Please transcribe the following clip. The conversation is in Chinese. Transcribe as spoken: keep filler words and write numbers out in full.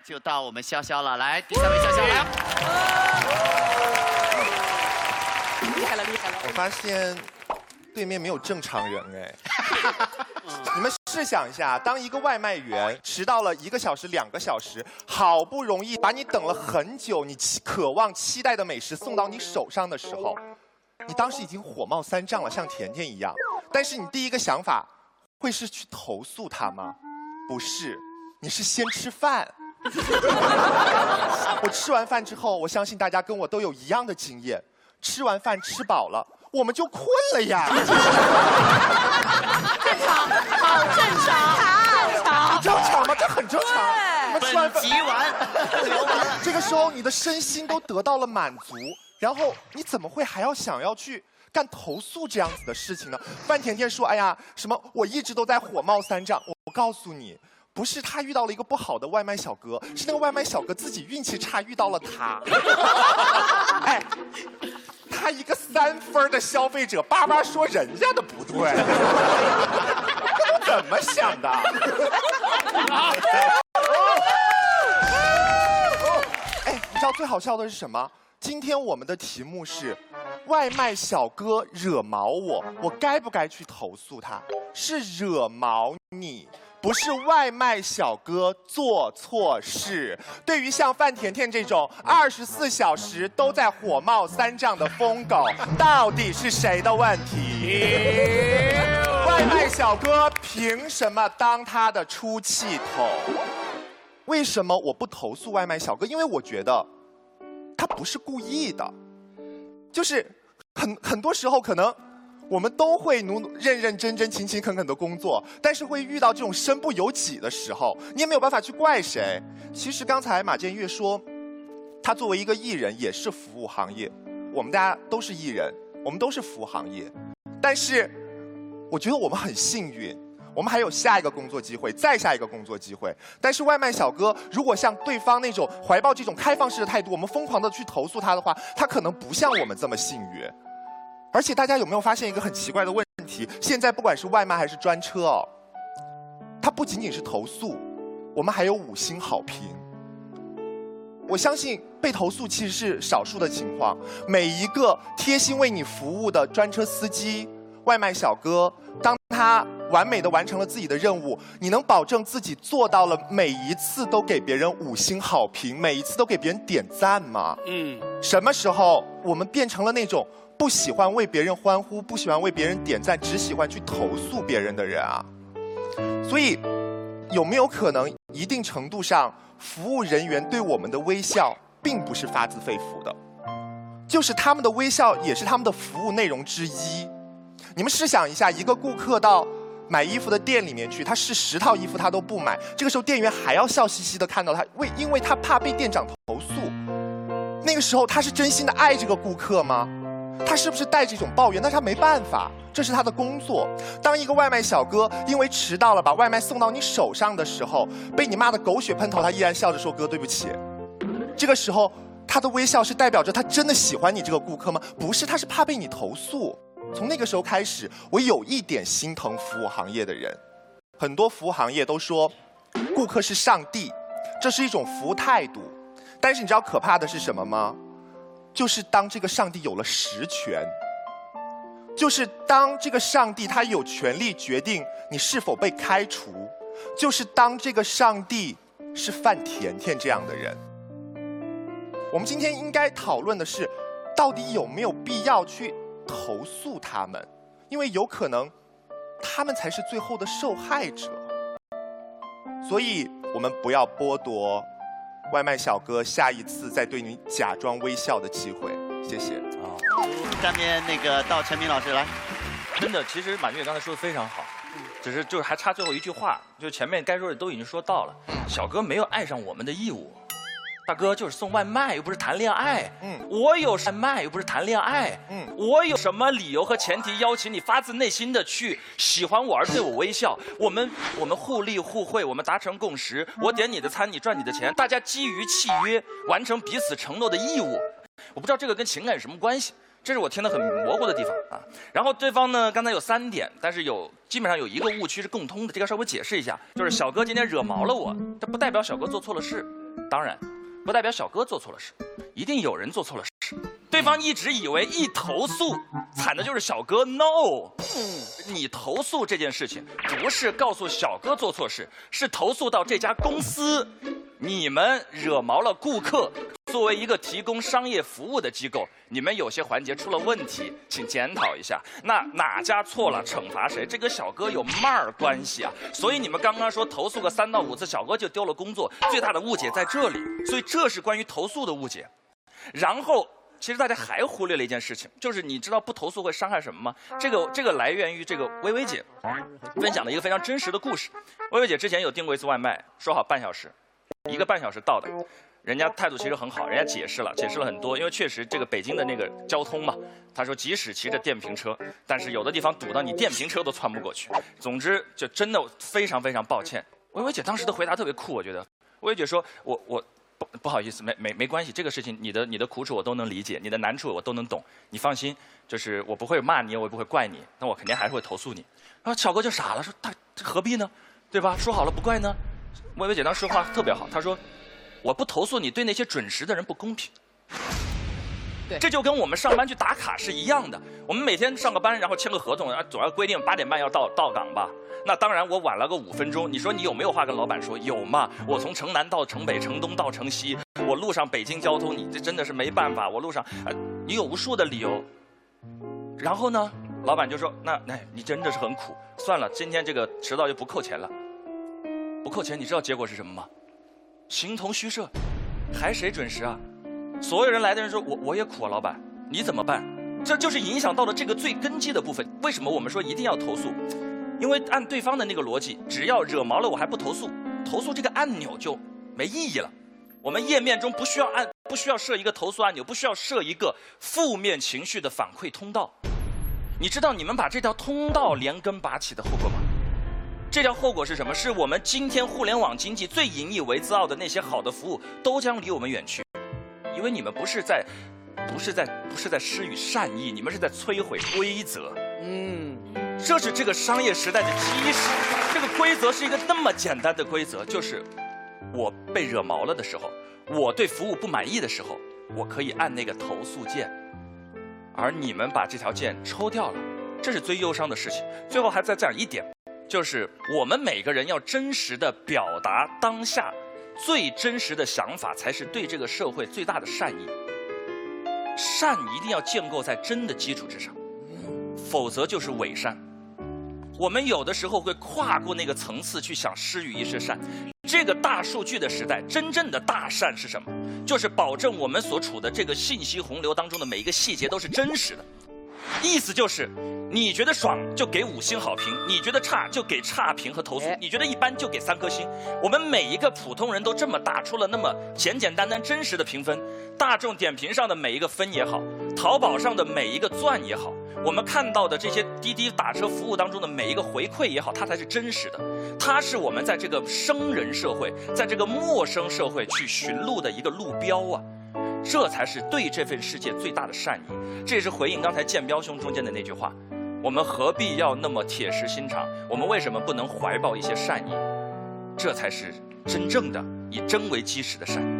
就到我们潇潇了，来，第三位潇潇来。 厉害了，厉害了！ 我发现对面没有正常人哎。你们试想一下，当一个外卖员迟到了一个小时、两个小时，好不容易把你等了很久，你渴望期待的美食送到你手上的时候，你当时已经火冒三丈了，像甜甜一样。但是你第一个想法会是去投诉他吗？不是，你是先吃饭。我吃完饭之后，我相信大家跟我都有一样的经验，吃完饭吃饱了，我们就困了呀。 正常，好正常，正常， 正常吗？这很正常。你们吃完饭， 本集完， 这个时候你的身心都得到了满足，然后你怎么会还要想要去干投诉这样子的事情呢？范甜甜说：“哎呀，什么我一直都在火冒三丈。”我告诉你，不是他遇到了一个不好的外卖小哥，是那个外卖小哥自己运气差遇到了他。哎，他一个三分的消费者，叭叭说人家的不对，这都怎么想的？哎，你知道最好笑的是什么？今天我们的题目是外卖小哥惹毛我，我该不该去投诉他？是惹毛你，不是外卖小哥做错事。对于像范甜甜这种二十四小时都在火冒三丈的疯狗，到底是谁的问题？外卖小哥凭什么当他的出气筒？为什么我不投诉外卖小哥？因为我觉得他不是故意的，就是很很多时候可能我们都会努认认真真、勤勤恳恳的工作，但是会遇到这种身不由己的时候，你也没有办法去怪谁。其实刚才马建岳说，他作为一个艺人也是服务行业，我们大家都是艺人，我们都是服务行业，但是我觉得我们很幸运。我们还有下一个工作机会，再下一个工作机会。但是外卖小哥如果像对方那种怀抱这种开放式的态度，我们疯狂的去投诉他的话，他可能不像我们这么幸运。而且大家有没有发现一个很奇怪的问题？现在不管是外卖还是专车哦，它不仅仅是投诉，我们还有五星好评。我相信被投诉其实是少数的情况，每一个贴心为你服务的专车司机、外卖小哥，当他完美的完成了自己的任务，你能保证自己做到了每一次都给别人五星好评，每一次都给别人点赞吗？嗯。什么时候我们变成了那种不喜欢为别人欢呼，不喜欢为别人点赞，只喜欢去投诉别人的人啊？所以，有没有可能一定程度上，服务人员对我们的微笑并不是发自肺腑的，就是他们的微笑也是他们的服务内容之一。你们试想一下，一个顾客到买衣服的店里面去，他试十套衣服他都不买，这个时候店员还要笑嘻嘻的看到他，为因为他怕被店长投诉。那个时候他是真心的爱这个顾客吗？他是不是带着一种抱怨？但是他没办法，这是他的工作。当一个外卖小哥因为迟到了把外卖送到你手上的时候，被你骂得狗血喷头，他依然笑着说：“哥，对不起。”这个时候他的微笑是代表着他真的喜欢你这个顾客吗？不是，他是怕被你投诉。从那个时候开始，我有一点心疼服务行业的人。很多服务行业都说，顾客是上帝，这是一种服务态度。但是你知道可怕的是什么吗？就是当这个上帝有了实权，就是当这个上帝他有权利决定你是否被开除，就是当这个上帝是范甜甜这样的人。我们今天应该讨论的是，到底有没有必要去投诉他们？因为有可能他们才是最后的受害者。所以我们不要剥夺外卖小哥下一次再对你假装微笑的机会。谢谢。啊， 下面那个到陈明老师来。 真的，其实马月刚才说的非常好，只是就是还差最后一句话，就是前面该说的都已经说到了。小哥没有爱上我们的义务。大哥就是送外卖，又不是谈恋爱。嗯，我有外卖，又不是谈恋爱。嗯，我有什么理由和前提邀请你发自内心的去喜欢我而对我微笑？我们我们互利互惠，我们达成共识。我点你的餐，你赚你的钱，大家基于契约完成彼此承诺的义务。我不知道这个跟情感有什么关系，这是我听得很模糊的地方啊。然后对方呢，刚才有三点，但是有基本上有一个误区是共通的，这个稍微解释一下，就是小哥今天惹毛了我，这不代表小哥做错了事。 当然，不代表小哥做错了事，一定有人做错了事。对方一直以为一投诉，惨的就是小哥。No， 你投诉这件事情不是告诉小哥做错事，是投诉到这家公司，你们惹毛了顾客。作为一个提供商业服务的机构，你们有些环节出了问题，请检讨一下。那哪家错了，惩罚谁？这跟小哥有嘛儿关系啊？所以你们刚刚说投诉个三到五次，小哥就丢了工作，最大的误解在这里。所以这是关于投诉的误解。然后，其实大家还忽略了一件事情，就是你知道不投诉会伤害什么吗？这个这个来源于这个薇薇姐分享了一个非常真实的故事。薇薇姐之前有订过一次外卖，说好半小时，一个半小时到的。人家态度其实很好，人家解释了，解释了很多，因为确实这个北京的那个交通嘛，他说即使骑着电瓶车，但是有的地方堵到你电瓶车都窜不过去。总之，就真的非常非常抱歉。薇薇姐当时的回答特别酷，我觉得，薇薇姐说，我我不不好意思，没没没关系，这个事情你的你的苦楚我都能理解，你的难处我都能懂，你放心，就是我不会骂你，我也不会怪你，那我肯定还是会投诉你。然后小哥就傻了，说他何必呢，对吧？说好了不怪呢。薇薇姐当时说话特别好，她说。我不投诉你对那些准时的人不公平，对，这就跟我们上班去打卡是一样的。我们每天上个班，然后签个合同，啊，总要规定八点半要到到岗吧。那当然，我晚了个五分钟，你说你有没有话跟老板说？有嘛？我从城南到城北，城东到城西，我路上北京交通，你这真的是没办法。我路上，呃，你有无数的理由。然后呢，老板就说，那那你真的是很苦，算了，今天这个迟到就不扣钱了。不扣钱，你知道结果是什么吗？形同虚设，还谁准时啊？所有人来的人说，我我也苦啊，老板，你怎么办？这就是影响到了这个最根基的部分。为什么我们说一定要投诉？因为按对方的那个逻辑，只要惹毛了我还不投诉，投诉这个按钮就没意义了。我们页面中不需要按，不需要设一个投诉按钮，不需要设一个负面情绪的反馈通道。你知道你们把这条通道连根拔起的后果吗？这条后果是什么？是我们今天互联网经济最引以为自傲的那些好的服务都将离我们远去，因为你们不是在，不是在，不是在施予善意，你们是在摧毁规则。嗯，这是这个商业时代的基石。这个规则是一个那么简单的规则，就是我被惹毛了的时候，我对服务不满意的时候，我可以按那个投诉键，而你们把这条键抽掉了，这是最忧伤的事情。最后还再讲一点。就是我们每个人要真实的表达当下最真实的想法，才是对这个社会最大的善意。善一定要建构在真的基础之上，否则就是伪善。我们有的时候会跨过那个层次去想施予一些善。这个大数据的时代，真正的大善是什么？就是保证我们所处的这个信息洪流当中的每一个细节都是真实的。意思就是，你觉得爽就给五星好评，你觉得差就给差评和投诉，你觉得一般就给三颗星。我们每一个普通人都这么打出了那么简简单单真实的评分。大众点评上的每一个分也好，淘宝上的每一个钻也好，我们看到的这些滴滴打车服务当中的每一个回馈也好，它才是真实的。它是我们在这个生人社会，在这个陌生社会去寻路的一个路标啊。这才是对这份世界最大的善意。这也是回应刚才建彪兄中间的那句话，我们何必要那么铁石心肠？我们为什么不能怀抱一些善意？这才是真正的以真为基石的善。